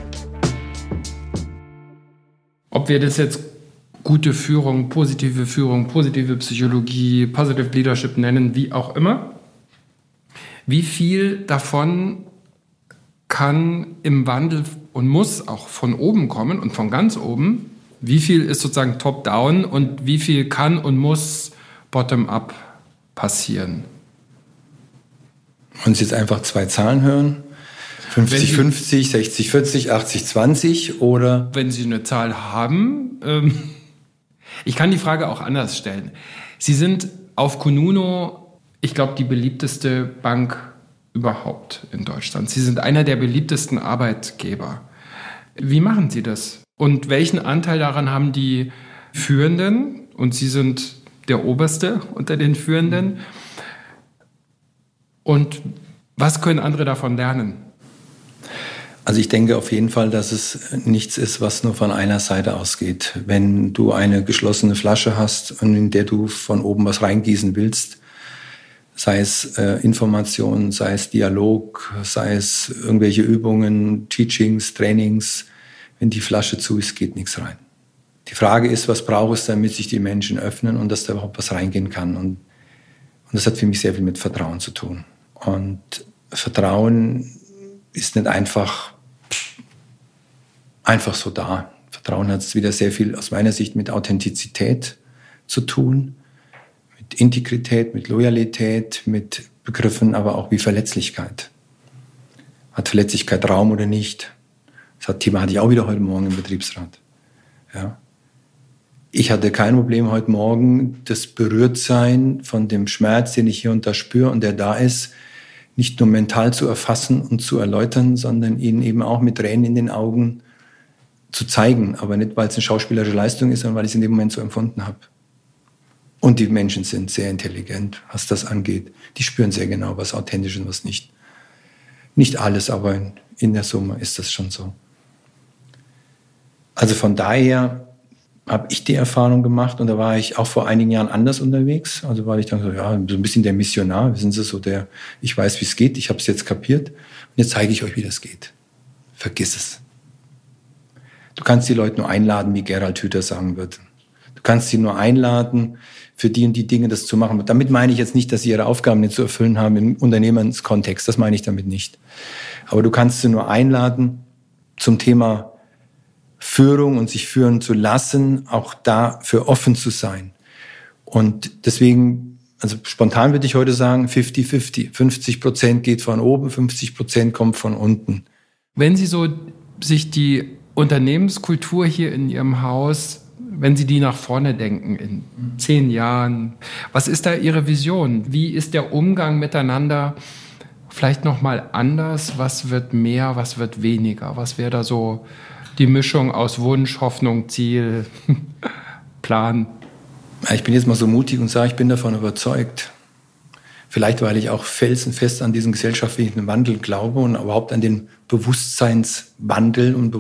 Ob wir das jetzt gute Führung, positive Psychologie, Positive Leadership nennen, wie auch immer, wie viel davon kann im Wandel und muss auch von oben kommen und von ganz oben, wie viel ist sozusagen top-down und wie viel kann und muss bottom-up passieren? Wollen Sie jetzt einfach 2 Zahlen hören? 50-50, 60-40, 80-20 oder? Wenn Sie eine Zahl haben, ich kann die Frage auch anders stellen. Sie sind auf Kununu, ich glaube, die beliebteste Bank überhaupt in Deutschland. Sie sind einer der beliebtesten Arbeitgeber. Wie machen Sie das? Und welchen Anteil daran haben die Führenden? Und Sie sind der Oberste unter den Führenden. Und was können andere davon lernen? Also ich denke auf jeden Fall, dass es nichts ist, was nur von einer Seite ausgeht. Wenn du eine geschlossene Flasche hast, in der du von oben was reingießen willst, sei es Informationen, sei es Dialog, sei es irgendwelche Übungen, Teachings, Trainings, wenn die Flasche zu ist, geht nichts rein. Die Frage ist, was braucht es, damit sich die Menschen öffnen und dass da überhaupt was reingehen kann. Und das hat für mich sehr viel mit Vertrauen zu tun. Und Vertrauen ist nicht einfach so da. Vertrauen hat wieder sehr viel aus meiner Sicht mit Authentizität zu tun, mit Integrität, mit Loyalität, mit Begriffen, aber auch wie Verletzlichkeit. Hat Verletzlichkeit Raum oder nicht? Das Thema hatte ich auch wieder heute Morgen im Betriebsrat. Ja. Ich hatte kein Problem heute Morgen, das Berührtsein von dem Schmerz, den ich hier und da spüre und der da ist, nicht nur mental zu erfassen und zu erläutern, sondern ihn eben auch mit Tränen in den Augen zu zeigen. Aber nicht, weil es eine schauspielerische Leistung ist, sondern weil ich es in dem Moment so empfunden habe. Und die Menschen sind sehr intelligent, was das angeht. Die spüren sehr genau, was authentisch ist und was nicht. Nicht alles, aber in der Summe ist das schon so. Also von daher habe ich die Erfahrung gemacht und da war ich auch vor einigen Jahren anders unterwegs. Also war ich dann so, ja, so ein bisschen der Missionar. Wissen Sie, so ich weiß, wie es geht, ich habe es jetzt kapiert und jetzt zeige ich euch, wie das geht. Vergiss es. Du kannst die Leute nur einladen, wie Gerald Hüther sagen würde. Du kannst sie nur einladen, für die und die Dinge das zu machen. Damit meine ich jetzt nicht, dass sie ihre Aufgaben nicht zu erfüllen haben im Unternehmenskontext. Das meine ich damit nicht. Aber du kannst sie nur einladen zum Thema Führung und sich führen zu lassen, auch dafür offen zu sein. Und deswegen, also spontan würde ich heute sagen, 50-50. 50% geht von oben, 50% kommt von unten. Wenn Sie so sich die Unternehmenskultur hier in Ihrem Haus, wenn Sie die nach vorne denken, in 10 Jahren, was ist da Ihre Vision? Wie ist der Umgang miteinander vielleicht nochmal anders? Was wird mehr, was wird weniger? Was wäre da so die Mischung aus Wunsch, Hoffnung, Ziel, Plan? Ich bin jetzt mal so mutig und sage, ich bin davon überzeugt. Vielleicht, weil ich auch felsenfest an diesen gesellschaftlichen Wandel glaube und überhaupt an den Bewusstseinswandel und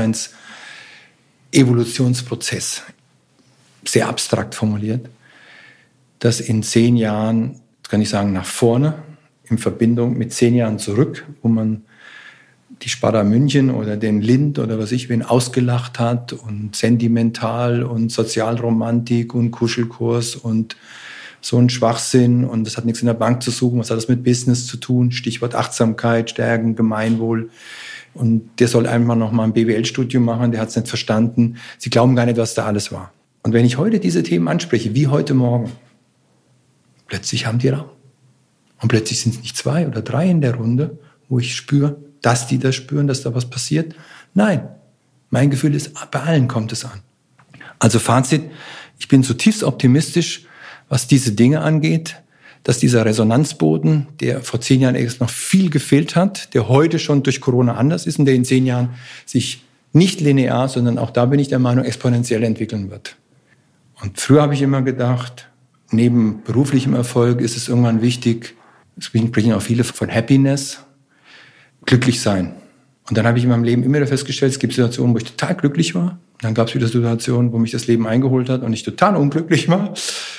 Bewusstseinsevolutionsprozess, sehr abstrakt formuliert, dass in 10 Jahren, kann ich sagen, nach vorne, in Verbindung mit 10 Jahren zurück, wo man die Sparta München oder den Lind oder was ich wen ausgelacht hat und sentimental und Sozialromantik und Kuschelkurs und so ein Schwachsinn und das hat nichts in der Bank zu suchen, was hat das mit Business zu tun, Stichwort Achtsamkeit, Stärken, Gemeinwohl und der soll einfach noch mal ein BWL-Studium machen, der hat es nicht verstanden, sie glauben gar nicht, was da alles war. Und wenn ich heute diese Themen anspreche, wie heute Morgen, plötzlich haben die Raum. Und plötzlich sind es nicht 2 oder 3 in der Runde, wo ich spüre, dass die das spüren, dass da was passiert. Nein, mein Gefühl ist, bei allen kommt es an. Also Fazit, ich bin zutiefst optimistisch, was diese Dinge angeht, dass dieser Resonanzboden, der vor 10 Jahren erst noch viel gefehlt hat, der heute schon durch Corona anders ist und der in 10 Jahren sich nicht linear, sondern auch da bin ich der Meinung, exponentiell entwickeln wird. Und früher habe ich immer gedacht, neben beruflichem Erfolg ist es irgendwann wichtig, es sprechen auch viele von Happiness, glücklich sein. Und dann habe ich in meinem Leben immer wieder festgestellt, es gibt Situationen, wo ich total glücklich war. Dann gab es wieder Situationen, wo mich das Leben eingeholt hat und ich total unglücklich war.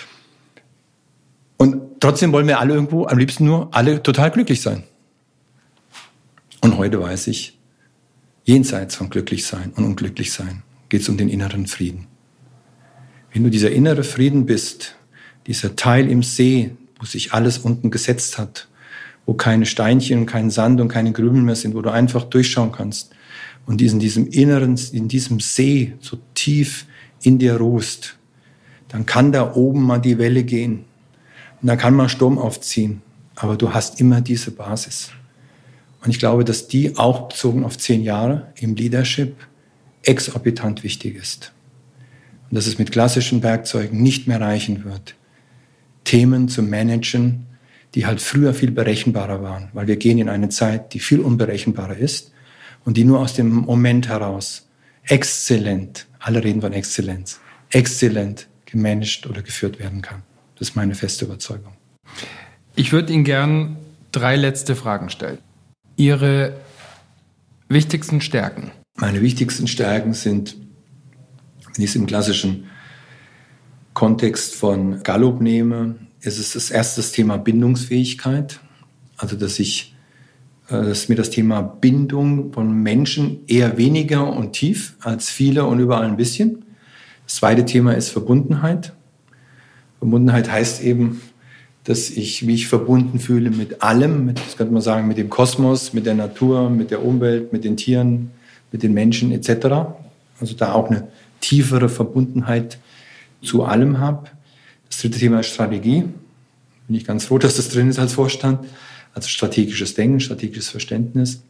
Und trotzdem wollen wir alle irgendwo, am liebsten nur alle total glücklich sein. Und heute weiß ich, jenseits von glücklich sein und unglücklich sein, geht es um den inneren Frieden. Wenn du dieser innere Frieden bist, dieser Teil im See, wo sich alles unten gesetzt hat, wo keine Steinchen und kein Sand und keine Grübel mehr sind, wo du einfach durchschauen kannst und in diesem See so tief in dir ruhst, dann kann da oben mal die Welle gehen und dann kann mal Sturm aufziehen, aber du hast immer diese Basis. Und ich glaube, dass die auch bezogen auf 10 Jahre im Leadership exorbitant wichtig ist. Und dass es mit klassischen Werkzeugen nicht mehr reichen wird, Themen zu managen, die halt früher viel berechenbarer waren, weil wir gehen in eine Zeit, die viel unberechenbarer ist und die nur aus dem Moment heraus exzellent, alle reden von Exzellenz, exzellent gemanagt oder geführt werden kann. Das ist meine feste Überzeugung. Ich würde Ihnen gern 3 letzte Fragen stellen. Ihre wichtigsten Stärken? Meine wichtigsten Stärken sind, wenn ich es im klassischen Kontext von Gallup nehme, ist es das erste Thema Bindungsfähigkeit. Also dass mir das Thema Bindung von Menschen eher weniger und tief als viele und überall ein bisschen. Das zweite Thema ist Verbundenheit. Verbundenheit heißt eben, dass ich mich verbunden fühle mit allem, das könnte man sagen, mit dem Kosmos, mit der Natur, mit der Umwelt, mit den Tieren, mit den Menschen etc. Also da auch eine tiefere Verbundenheit zu allem habe. Das dritte Thema ist Strategie. Bin ich ganz froh, dass das drin ist als Vorstand. Also strategisches Denken, strategisches Verständnis.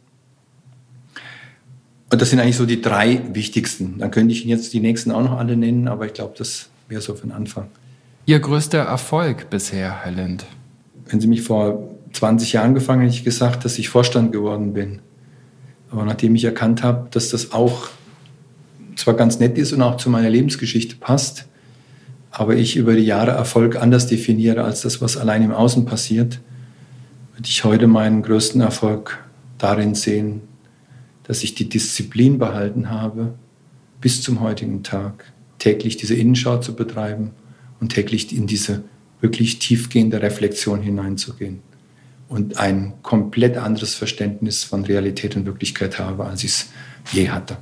Und das sind eigentlich so die 3 wichtigsten. Dann könnte ich Ihnen jetzt die nächsten auch noch alle nennen, aber ich glaube, das wäre so für den Anfang. Ihr größter Erfolg bisher, Herr Lind? Wenn Sie mich vor 20 Jahren gefragt hätte ich gesagt, dass ich Vorstand geworden bin. Aber nachdem ich erkannt habe, dass das auch zwar ganz nett ist und auch zu meiner Lebensgeschichte passt, aber ich über die Jahre Erfolg anders definiere als das, was allein im Außen passiert, würde ich heute meinen größten Erfolg darin sehen, dass ich die Disziplin behalten habe, bis zum heutigen Tag täglich diese Innenschau zu betreiben und täglich in diese wirklich tiefgehende Reflexion hineinzugehen und ein komplett anderes Verständnis von Realität und Wirklichkeit habe, als ich es je hatte.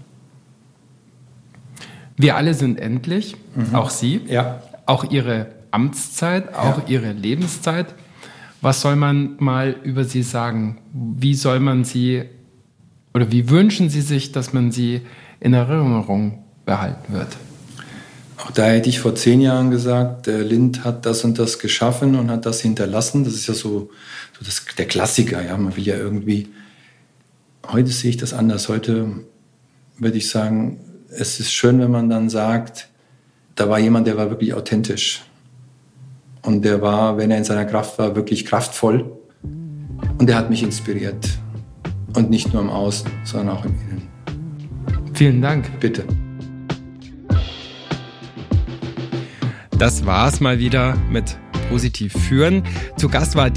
Wir alle sind endlich, auch Sie, ja. Auch Ihre Amtszeit, auch Ihre Lebenszeit. Was soll man mal über Sie sagen? Wie soll man Sie oder wie wünschen Sie sich, dass man Sie in Erinnerung behalten wird? Auch da hätte ich vor 10 Jahren gesagt, der Lind hat das und das geschaffen und hat das hinterlassen. Das ist ja so der Klassiker. Ja? Man will ja irgendwie, heute sehe ich das anders. Heute würde ich sagen, es ist schön, wenn man dann sagt, da war jemand, der war wirklich authentisch. Und der war, wenn er in seiner Kraft war, wirklich kraftvoll. Und der hat mich inspiriert. Und nicht nur im Außen, sondern auch im Innen. Vielen Dank. Bitte. Das war's mal wieder mit Positiv führen. Zu Gast war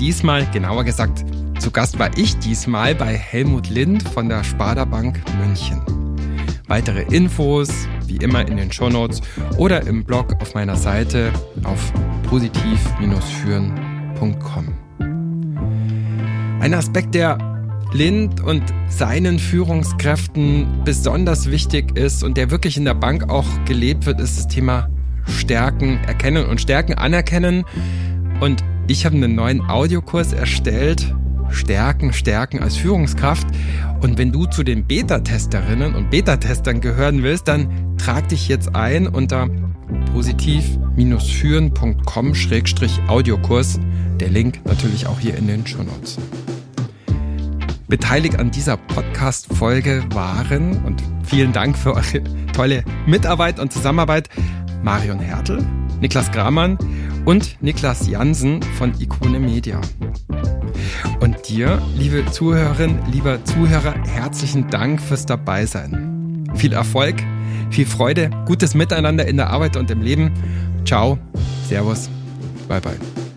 ich diesmal bei Helmut Lind von der Sparda Bank München. Weitere Infos wie immer in den Shownotes oder im Blog auf meiner Seite auf positiv-führen.com. Ein Aspekt, der Lind und seinen Führungskräften besonders wichtig ist und der wirklich in der Bank auch gelebt wird, ist das Thema Stärken erkennen und Stärken anerkennen. Und ich habe einen neuen Audiokurs erstellt, Stärken als Führungskraft. Und wenn du zu den Beta-Testerinnen und Beta-Testern gehören willst, dann trag dich jetzt ein unter positiv-führen.com/Audiokurs. Der Link natürlich auch hier in den Shownotes. Beteiligt an dieser Podcast-Folge waren, und vielen Dank für eure tolle Mitarbeit und Zusammenarbeit, Marion Hertel, Niklas Gramann und Niklas Jansen von Ikone Media. Und dir, liebe Zuhörerin, lieber Zuhörer, herzlichen Dank fürs Dabeisein. Viel Erfolg, viel Freude, gutes Miteinander in der Arbeit und im Leben. Ciao, Servus, bye bye.